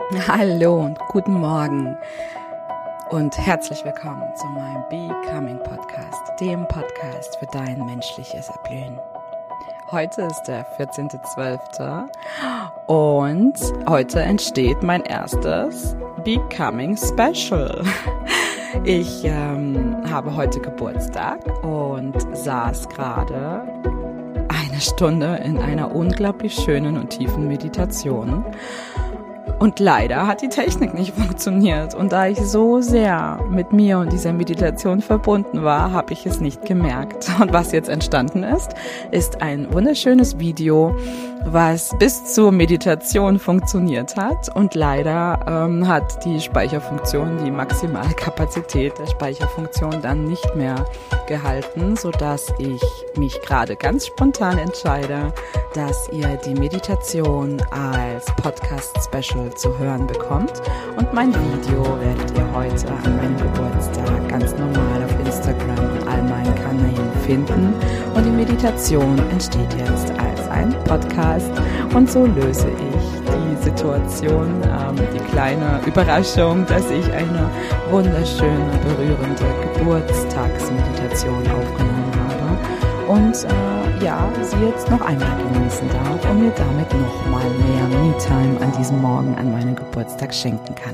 Hallo und guten Morgen und herzlich willkommen zu meinem Becoming Podcast, dem Podcast für dein menschliches Erblühen. Heute ist der 14.12. und heute entsteht mein erstes Becoming Special. Ich habe heute Geburtstag und saß gerade eine Stunde in einer unglaublich schönen und tiefen Meditation. Und leider hat die Technik nicht funktioniert. Und da ich so sehr mit mir und dieser Meditation verbunden war, habe ich es nicht gemerkt. Und was jetzt entstanden ist ein wunderschönes Video, was bis zur Meditation funktioniert hat. Und leider hat die Speicherfunktion, die Maximalkapazität der Speicherfunktion dann nicht mehr gehalten, sodass ich mich gerade ganz spontan entscheide, dass ihr die Meditation als Podcast-Special zu hören bekommt. Und mein Video werdet ihr heute an meinem Geburtstag ganz normal auf Instagram und all meinen Kanälen finden. Und die Meditation entsteht jetzt als ein Podcast. Und so löse ich die Situation, die kleine Überraschung, dass ich eine wunderschöne, berührende Geburtstagsmeditation aufgenommen habe. Und sie jetzt noch einmal genießen darf und mir damit nochmal mehr Me-Time an diesem Morgen an meinem Geburtstag schenken kann.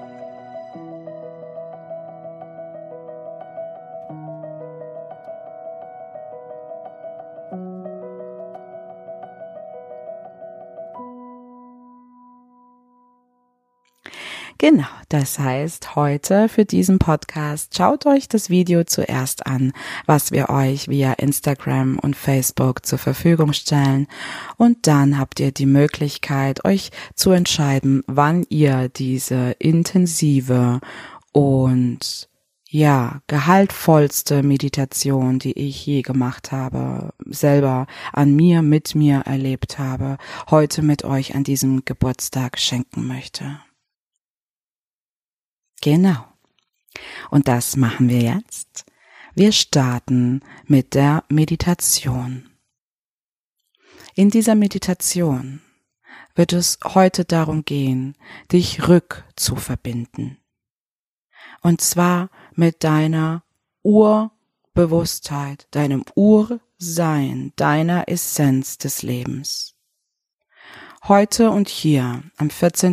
Genau, das heißt, heute für diesen Podcast schaut euch das Video zuerst an, was wir euch via Instagram und Facebook zur Verfügung stellen, und dann habt ihr die Möglichkeit, euch zu entscheiden, wann ihr diese intensive und gehaltvollste Meditation, die ich je gemacht habe, selber an mir, mit mir erlebt habe, heute mit euch an diesem Geburtstag schenken möchte. Genau. Und das machen wir jetzt. Wir starten mit der Meditation. In dieser Meditation wird es heute darum gehen, dich rückzuverbinden. Und zwar mit deiner Urbewusstheit, deinem Ursein, deiner Essenz des Lebens. Heute und hier, am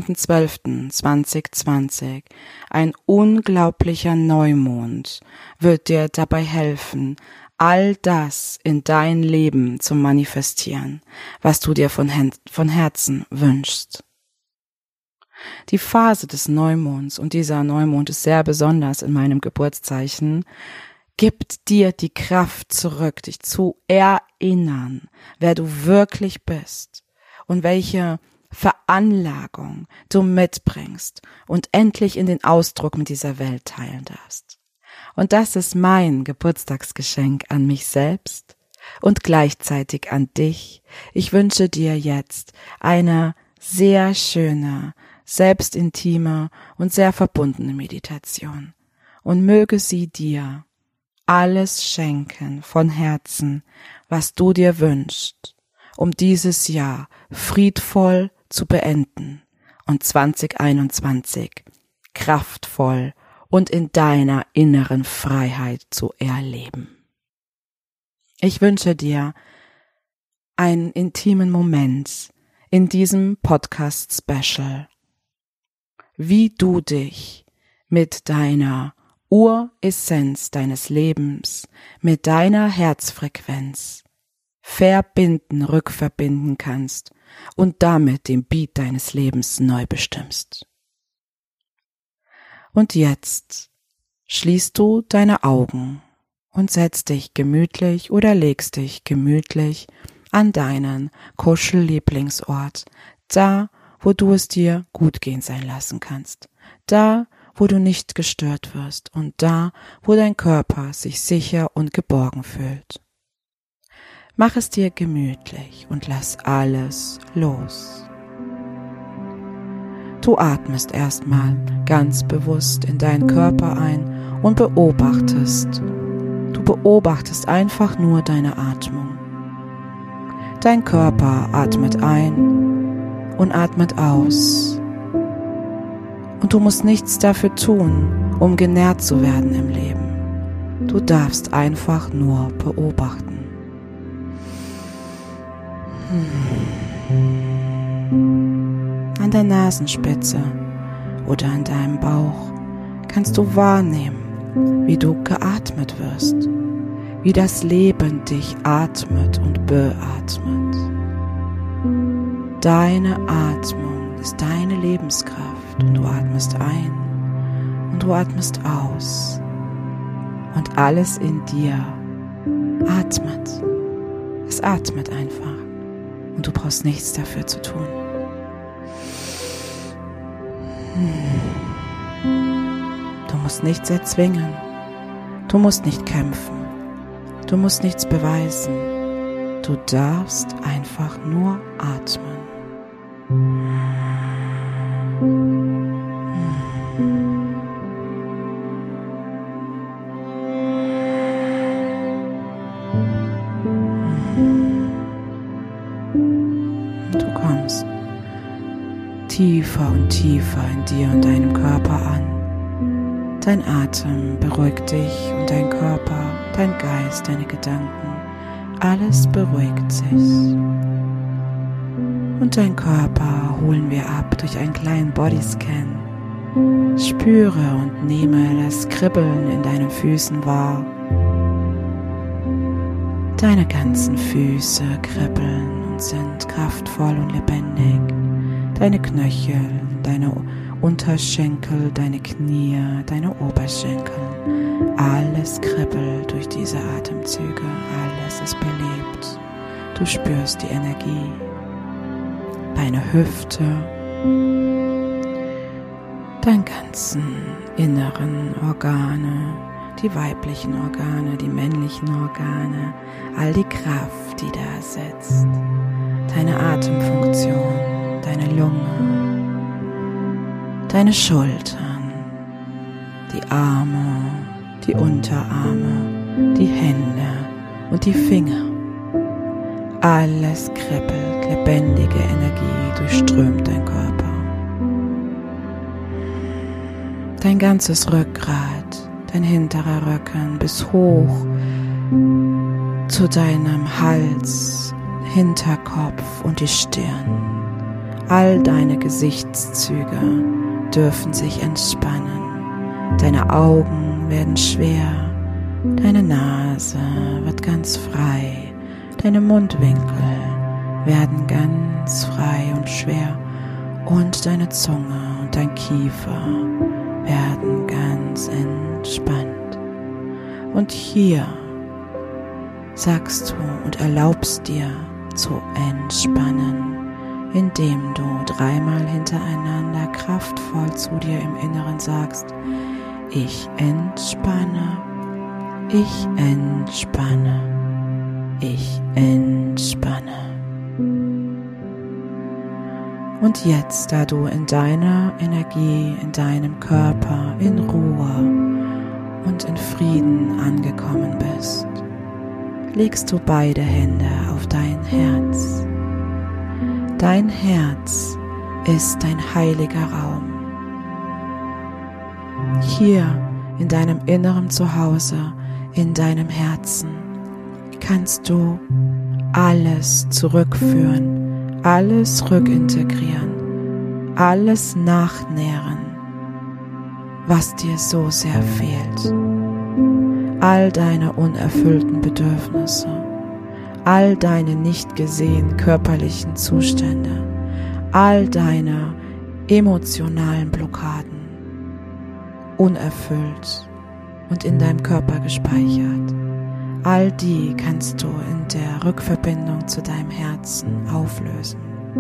14.12.2020, ein unglaublicher Neumond wird dir dabei helfen, all das in dein Leben zu manifestieren, was du dir von Herzen wünschst. Die Phase des Neumonds, und dieser Neumond ist sehr besonders in meinem Geburtszeichen, gibt dir die Kraft zurück, dich zu erinnern, wer du wirklich bist. Und welche Veranlagung du mitbringst und endlich in den Ausdruck mit dieser Welt teilen darfst. Und das ist mein Geburtstagsgeschenk an mich selbst und gleichzeitig an dich. Ich wünsche dir jetzt eine sehr schöne, selbstintime und sehr verbundene Meditation. Und möge sie dir alles schenken von Herzen, was du dir wünschst, um dieses Jahr friedvoll zu beenden und 2021 kraftvoll und in deiner inneren Freiheit zu erleben. Ich wünsche dir einen intimen Moment in diesem Podcast-Special, wie du dich mit deiner Uressenz deines Lebens, mit deiner Herzfrequenz rückverbinden kannst und damit den Beat deines Lebens neu bestimmst. Und jetzt schließt du deine Augen und setzt dich gemütlich oder legst dich gemütlich an deinen Kuschel-Lieblingsort, da, wo du es dir gut gehen sein lassen kannst, da, wo du nicht gestört wirst und da, wo dein Körper sich sicher und geborgen fühlt. Mach es dir gemütlich und lass alles los. Du atmest erstmal ganz bewusst in deinen Körper ein und beobachtest. Du beobachtest einfach nur deine Atmung. Dein Körper atmet ein und atmet aus. Und du musst nichts dafür tun, um genährt zu werden im Leben. Du darfst einfach nur beobachten. An der Nasenspitze oder an deinem Bauch kannst du wahrnehmen, wie du geatmet wirst, wie das Leben dich atmet und beatmet. Deine Atmung ist deine Lebenskraft und du atmest ein und du atmest aus und alles in dir atmet. Es atmet einfach und du brauchst nichts dafür zu tun. Du musst nichts erzwingen, du musst nicht kämpfen, du musst nichts beweisen, du darfst einfach nur atmen. Du kommst tiefer und tiefer in dir und deinem Körper an. Dein Atem beruhigt dich und dein Körper, dein Geist, deine Gedanken, alles beruhigt sich. Und dein Körper holen wir ab durch einen kleinen Bodyscan. Spüre und nehme das Kribbeln in deinen Füßen wahr. Deine ganzen Füße kribbeln und sind kraftvoll und lebendig. Deine Knöchel, deine Unterschenkel, deine Knie, deine Oberschenkel. Alles kribbelt durch diese Atemzüge. Alles ist belebt. Du spürst die Energie. Deine Hüfte, deine ganzen inneren Organe, die weiblichen Organe, die männlichen Organe, all die Kraft, die da sitzt, deine Atemfunktion, deine Lunge, deine Schultern, die Arme, die Unterarme, die Hände und die Finger. Alles kribbelt, lebendige Energie durchströmt dein Körper. Dein ganzes Rückgrat, dein hinterer Rücken bis hoch zu deinem Hals, Hinterkopf und die Stirn. All deine Gesichtszüge dürfen sich entspannen. Deine Augen werden schwer, deine Nase wird ganz frei. Deine Mundwinkel werden ganz frei und schwer und deine Zunge und dein Kiefer werden ganz entspannt. Und hier sagst du und erlaubst dir zu entspannen, indem du 3-mal hintereinander kraftvoll zu dir im Inneren sagst: Ich entspanne, ich entspanne. Ich entspanne. Und jetzt, da du in deiner Energie, in deinem Körper, in Ruhe und in Frieden angekommen bist, legst du beide Hände auf dein Herz. Dein Herz ist dein heiliger Raum. Hier in deinem inneren Zuhause, in deinem Herzen, kannst du alles zurückführen, alles rückintegrieren, alles nachnähren, was dir so sehr fehlt. All deine unerfüllten Bedürfnisse, all deine nicht gesehenen körperlichen Zustände, all deine emotionalen Blockaden, unerfüllt und in deinem Körper gespeichert. All die kannst du in der Rückverbindung zu deinem Herzen auflösen.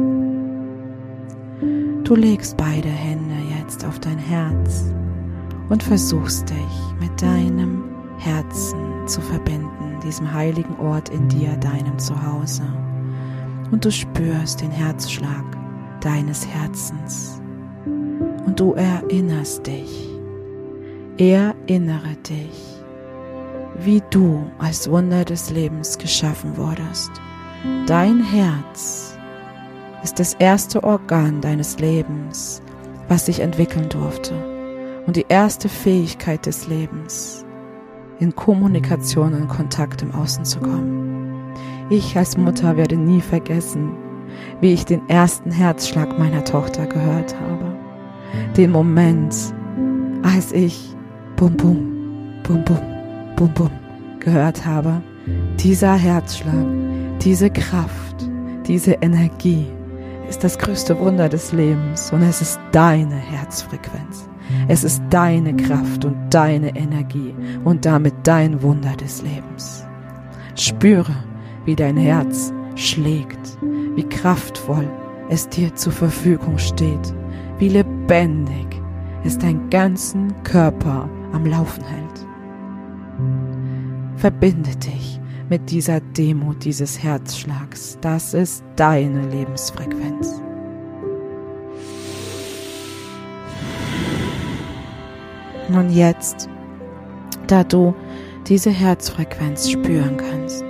Du legst beide Hände jetzt auf dein Herz und versuchst dich mit deinem Herzen zu verbinden, diesem heiligen Ort in dir, deinem Zuhause. Und du spürst den Herzschlag deines Herzens. Und du erinnerst dich, erinnere dich, wie du als Wunder des Lebens geschaffen wurdest. Dein Herz ist das erste Organ deines Lebens, was sich entwickeln durfte. Und die erste Fähigkeit des Lebens, in Kommunikation und Kontakt im Außen zu kommen. Ich als Mutter werde nie vergessen, wie ich den ersten Herzschlag meiner Tochter gehört habe. Den Moment, als ich bum bum, bum bum, bum bum gehört habe. Dieser Herzschlag, diese Kraft, diese Energie ist das größte Wunder des Lebens und es ist deine Herzfrequenz. Es ist deine Kraft und deine Energie und damit dein Wunder des Lebens. Spüre, wie dein Herz schlägt, wie kraftvoll es dir zur Verfügung steht, wie lebendig es deinen ganzen Körper am Laufen hält. Verbinde dich mit dieser Demut dieses Herzschlags. Das ist deine Lebensfrequenz. Und jetzt, da du diese Herzfrequenz spüren kannst,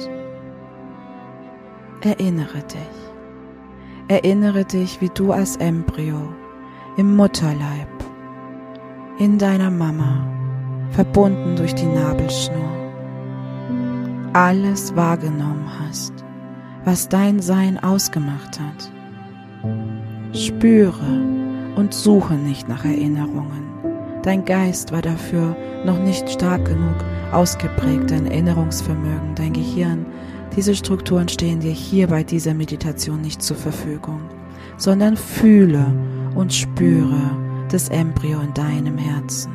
erinnere dich. Erinnere dich, wie du als Embryo im Mutterleib, in deiner Mama, verbunden durch die Nabelschnur, alles wahrgenommen hast, was dein Sein ausgemacht hat. Spüre und suche nicht nach Erinnerungen. Dein Geist war dafür noch nicht stark genug ausgeprägt, dein Erinnerungsvermögen, dein Gehirn. Diese Strukturen stehen dir hier bei dieser Meditation nicht zur Verfügung, sondern fühle und spüre das Embryo in deinem Herzen.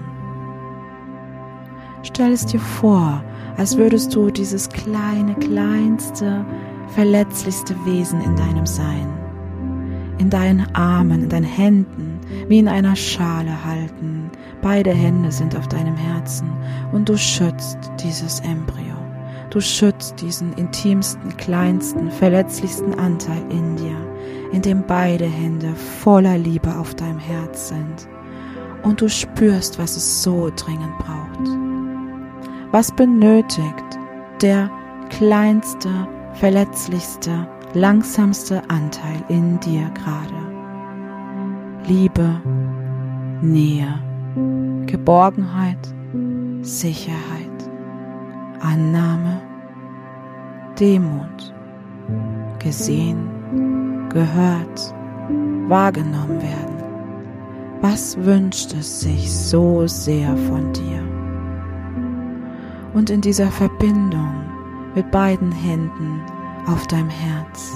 Stell es dir vor, als würdest du dieses kleine, kleinste, verletzlichste Wesen in deinem Sein, in deinen Armen, in deinen Händen, wie in einer Schale halten. Beide Hände sind auf deinem Herzen und du schützt dieses Embryo. Du schützt diesen intimsten, kleinsten, verletzlichsten Anteil in dir, in dem beide Hände voller Liebe auf deinem Herz sind. Und du spürst, was es so dringend braucht. Was benötigt der kleinste, verletzlichste, langsamste Anteil in dir gerade? Liebe, Nähe, Geborgenheit, Sicherheit, Annahme, Demut, gesehen, gehört, wahrgenommen werden. Was wünscht es sich so sehr von dir? Und in dieser Verbindung mit beiden Händen auf deinem Herz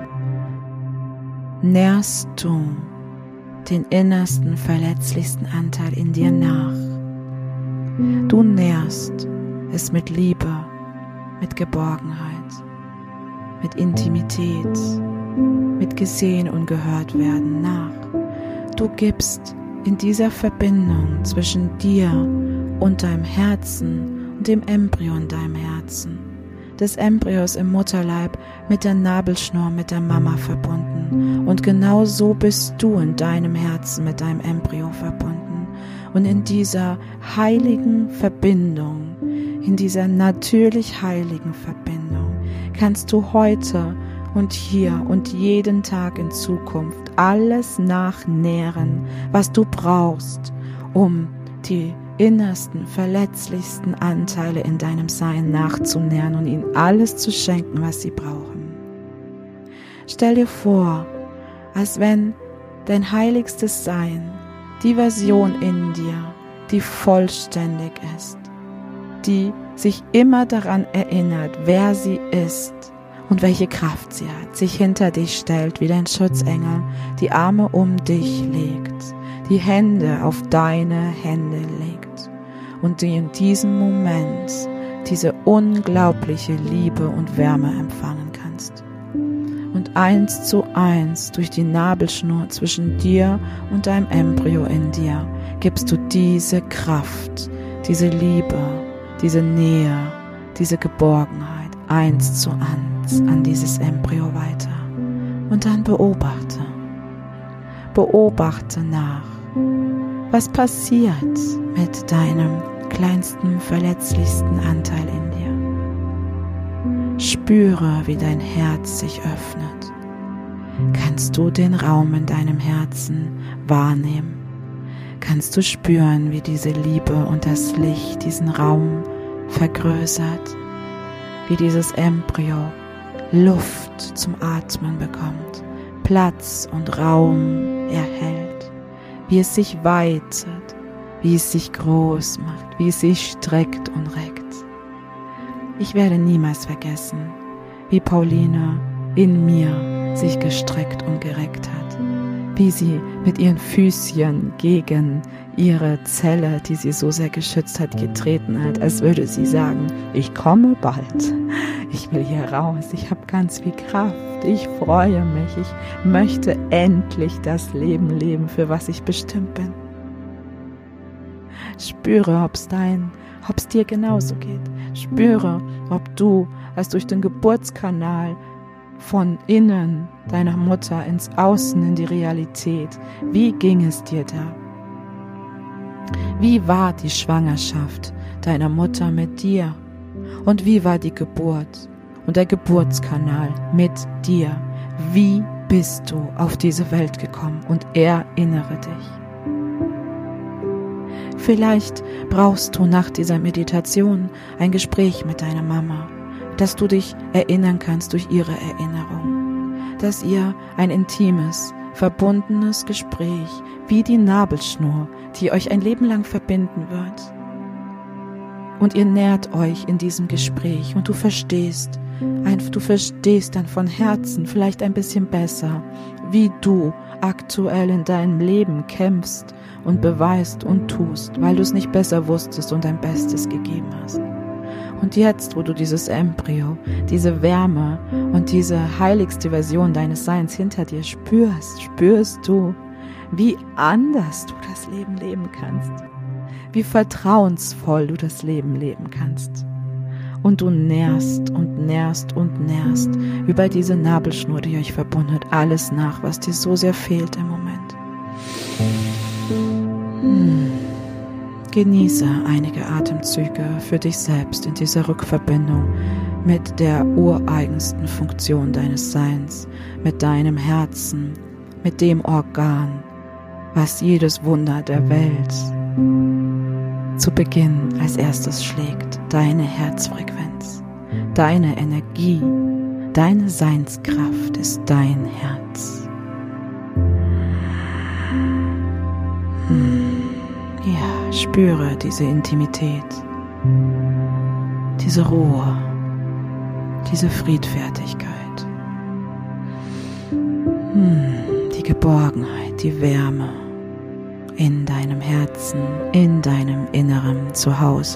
nährst du den innersten, verletzlichsten Anteil in dir nach. Du nährst es mit Liebe, mit Geborgenheit, mit Intimität, mit gesehen und gehört werden nach. Du gibst in dieser Verbindung zwischen dir und deinem Herzen und dem Embryo in deinem Herzen, des Embryos im Mutterleib mit der Nabelschnur mit der Mama verbunden. Und genau so bist du in deinem Herzen mit deinem Embryo verbunden. Und in dieser heiligen Verbindung, in dieser natürlich heiligen Verbindung, kannst du heute und hier und jeden Tag in Zukunft alles nachnähren, was du brauchst, um die innersten, verletzlichsten Anteile in deinem Sein nachzunähren und ihnen alles zu schenken, was sie brauchen. Stell dir vor, als wenn dein heiligstes Sein, die Version in dir, die vollständig ist, die sich immer daran erinnert, wer sie ist und welche Kraft sie hat, sich hinter dich stellt wie dein Schutzengel, die Arme um dich legt, die Hände auf deine Hände legt und die in diesem Moment diese unglaubliche Liebe und Wärme empfangen kannst. Und 1:1 durch die Nabelschnur zwischen dir und deinem Embryo in dir gibst du diese Kraft, diese Liebe, diese Nähe, diese Geborgenheit 1:1 an dieses Embryo weiter. Und dann beobachte nach, was passiert mit deinem kleinsten, verletzlichsten Anteil in dir. Spüre, wie dein Herz sich öffnet. Kannst du den Raum in deinem Herzen wahrnehmen? kannst du spüren, wie diese Liebe und das Licht diesen Raum vergrößert, wie dieses Embryo Luft zum Atmen bekommt, Platz und Raum erhält, wie es sich weitet, wie es sich groß macht, wie es sich streckt und reckt. Ich werde niemals vergessen, wie Pauline in mir sich gestreckt und gereckt hat, wie sie mit ihren Füßchen gegen ihre Zelle, die sie so sehr geschützt hat, getreten hat, als würde sie sagen, ich komme bald, ich will hier raus, ich habe ganz viel Kraft, ich freue mich, ich möchte endlich das Leben leben, für was ich bestimmt bin. Spüre, ob es dir genauso geht. Spüre, ob du, als durch den Geburtskanal von innen deiner Mutter ins Außen, in die Realität, wie ging es dir da? Wie war die Schwangerschaft deiner Mutter mit dir? Und wie war die Geburt und der Geburtskanal mit dir? Wie bist du auf diese Welt gekommen? Und erinnere dich. Vielleicht brauchst du nach dieser Meditation ein Gespräch mit deiner Mama, dass du dich erinnern kannst durch ihre Erinnerung, dass ihr ein intimes, verbundenes Gespräch wie die Nabelschnur, die euch ein Leben lang verbinden wird. Und ihr nährt euch in diesem Gespräch und du verstehst dann von Herzen vielleicht ein bisschen besser, wie du aktuell in deinem Leben kämpfst und beweist und tust, weil du es nicht besser wusstest und dein Bestes gegeben hast. Und jetzt, wo du dieses Embryo, diese Wärme und diese heiligste Version deines Seins hinter dir spürst du, wie anders du das Leben leben kannst, wie vertrauensvoll du das Leben leben kannst. Und du nährst und nährst und nährst über diese Nabelschnur, die euch verbunden hat, alles nach, was dir so sehr fehlt im Moment. Genieße einige Atemzüge für dich selbst in dieser Rückverbindung mit der ureigensten Funktion deines Seins, mit deinem Herzen, mit dem Organ, was jedes Wunder der Welt zu Beginn als erstes schlägt. Deine Herzfrequenz, deine Energie, deine Seinskraft ist dein Herz. Ja, spüre diese Intimität, diese Ruhe, diese Friedfertigkeit, die Geborgenheit, die Wärme in deinem Herzen, in deinem inneren Zuhause.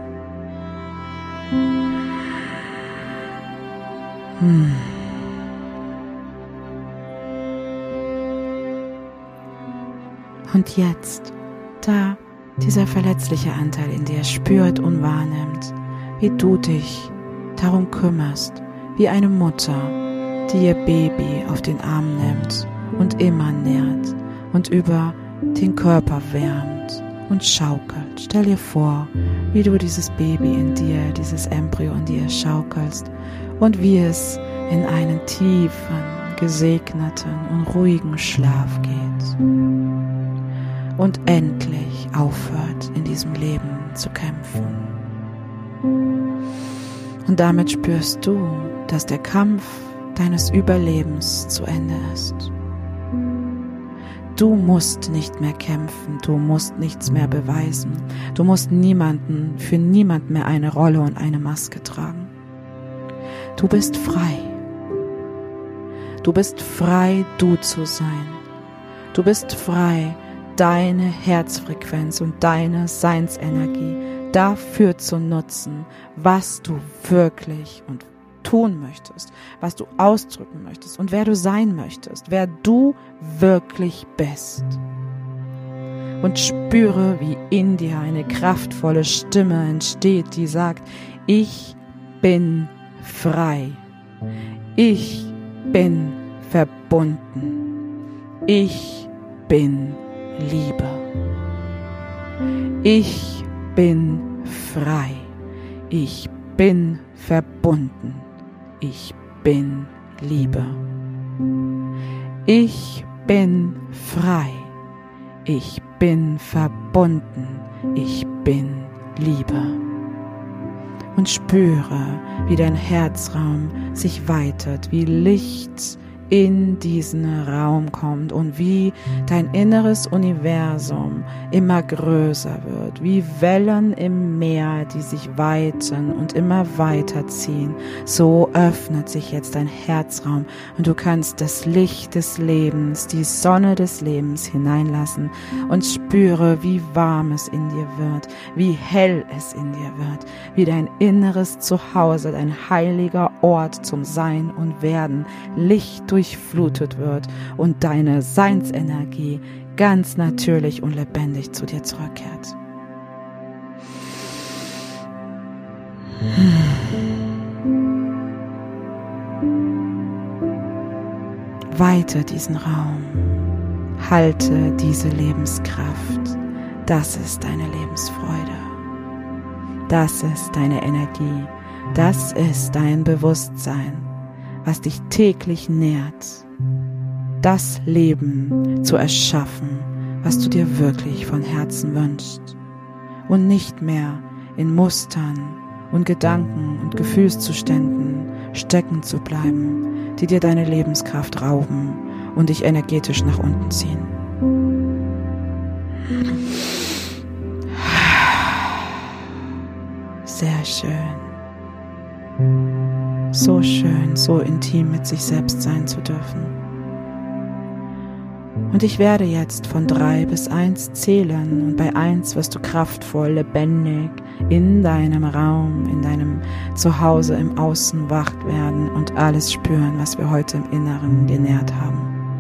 Und jetzt, da dieser verletzliche Anteil in dir spürt und wahrnimmt, wie du dich darum kümmerst, wie eine Mutter, die ihr Baby auf den Arm nimmt und immer nährt und über den Körper wärmt und schaukelt. Stell dir vor, wie du dieses Baby in dir, dieses Embryo in dir schaukelst und wie es in einen tiefen, gesegneten und ruhigen Schlaf geht und endlich aufhört, in diesem Leben zu kämpfen. Und damit spürst du, dass der Kampf deines Überlebens zu Ende ist. Du musst nicht mehr kämpfen, du musst nichts mehr beweisen, du musst für niemand mehr eine Rolle und eine Maske tragen. Du bist frei. Du bist frei, du zu sein. Du bist frei, deine Herzfrequenz und deine Seinsenergie dafür zu nutzen, was du wirklich und tun möchtest, was du ausdrücken möchtest und wer du sein möchtest, wer du wirklich bist. Und spüre, wie in dir eine kraftvolle Stimme entsteht, die sagt, ich bin frei, ich bin verbunden, ich bin Liebe, ich bin frei, ich bin verbunden, ich bin Liebe. Ich bin frei. Ich bin verbunden, ich bin Liebe. Und spüre, wie dein Herzraum sich weitet, wie Licht in diesen Raum kommt und wie dein inneres Universum immer größer wird, wie Wellen im Meer, die sich weiten und immer weiter ziehen. So öffnet sich jetzt dein Herzraum und du kannst das Licht des Lebens, die Sonne des Lebens hineinlassen und spüre, wie warm es in dir wird, wie hell es in dir wird, wie dein inneres Zuhause, dein heiliger Ort zum Sein und Werden, Licht durchflutet wird und deine Seinsenergie ganz natürlich und lebendig zu dir zurückkehrt. Weite diesen Raum, halte diese Lebenskraft, das ist deine Lebensfreude, das ist deine Energie, das ist dein Bewusstsein, was dich täglich nährt, das Leben zu erschaffen, was du dir wirklich von Herzen wünschst und nicht mehr in Mustern und Gedanken und Gefühlszuständen stecken zu bleiben, die dir deine Lebenskraft rauben und dich energetisch nach unten ziehen. Sehr schön. So schön, so intim mit sich selbst sein zu dürfen. Und ich werde jetzt von 3 bis 1 zählen und bei 1 wirst du kraftvoll, lebendig in deinem Raum, in deinem Zuhause im Außen wach werden und alles spüren, was wir heute im Inneren genährt haben.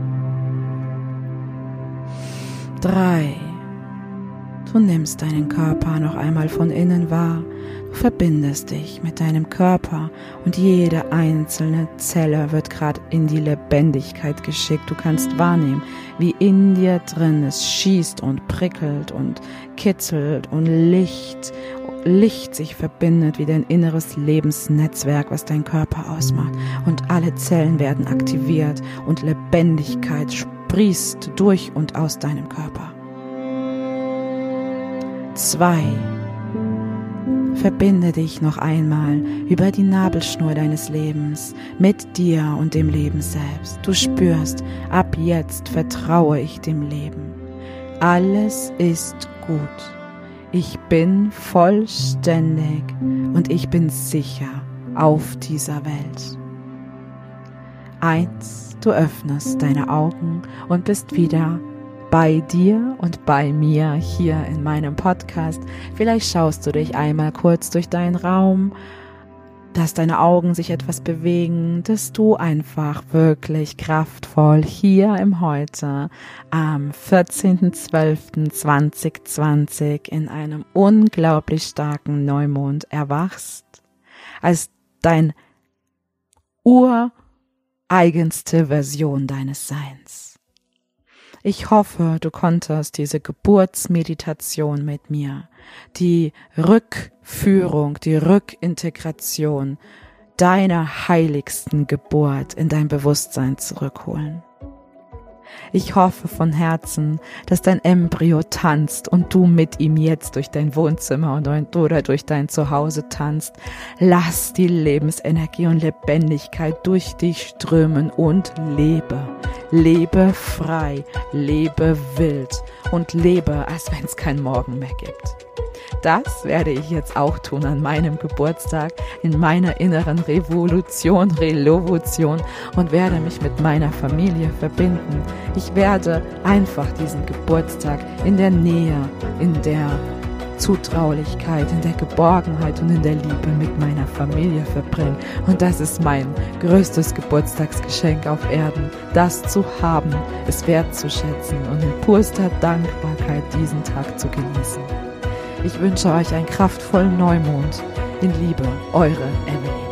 3. Du nimmst deinen Körper noch einmal von innen wahr. Du verbindest dich mit deinem Körper und jede einzelne Zelle wird gerade in die Lebendigkeit geschickt. Du kannst wahrnehmen, wie in dir drin es schießt und prickelt und kitzelt und Licht sich verbindet wie dein inneres Lebensnetzwerk, was dein Körper ausmacht. Und alle Zellen werden aktiviert und Lebendigkeit sprießt durch und aus deinem Körper. 2. Verbinde dich noch einmal über die Nabelschnur deines Lebens mit dir und dem Leben selbst. Du spürst, ab jetzt vertraue ich dem Leben. Alles ist gut. Ich bin vollständig und ich bin sicher auf dieser Welt. 1. Du öffnest deine Augen und bist wieder bei dir und bei mir hier in meinem Podcast. Vielleicht schaust du dich einmal kurz durch deinen Raum, dass deine Augen sich etwas bewegen, dass du einfach wirklich kraftvoll hier im Heute am 14.12.2020 in einem unglaublich starken Neumond erwachst, als dein ureigenste Version deines Seins. Ich hoffe, du konntest diese Geburtsmeditation mit mir, die Rückführung, die Rückintegration deiner heiligsten Geburt in dein Bewusstsein zurückholen. Ich hoffe von Herzen, dass dein Embryo tanzt und du mit ihm jetzt durch dein Wohnzimmer oder durch dein Zuhause tanzt. Lass die Lebensenergie und Lebendigkeit durch dich strömen und lebe. Lebe frei, lebe wild und lebe, als wenn es kein Morgen mehr gibt. Das werde ich jetzt auch tun an meinem Geburtstag, in meiner inneren Revolution und werde mich mit meiner Familie verbinden. Ich werde einfach diesen Geburtstag in der Nähe, in der Zutraulichkeit, in der Geborgenheit und in der Liebe mit meiner Familie verbringen. Und das ist mein größtes Geburtstagsgeschenk auf Erden, das zu haben, es wertzuschätzen und in purster Dankbarkeit diesen Tag zu genießen. Ich wünsche euch einen kraftvollen Neumond. In Liebe, eure Emily.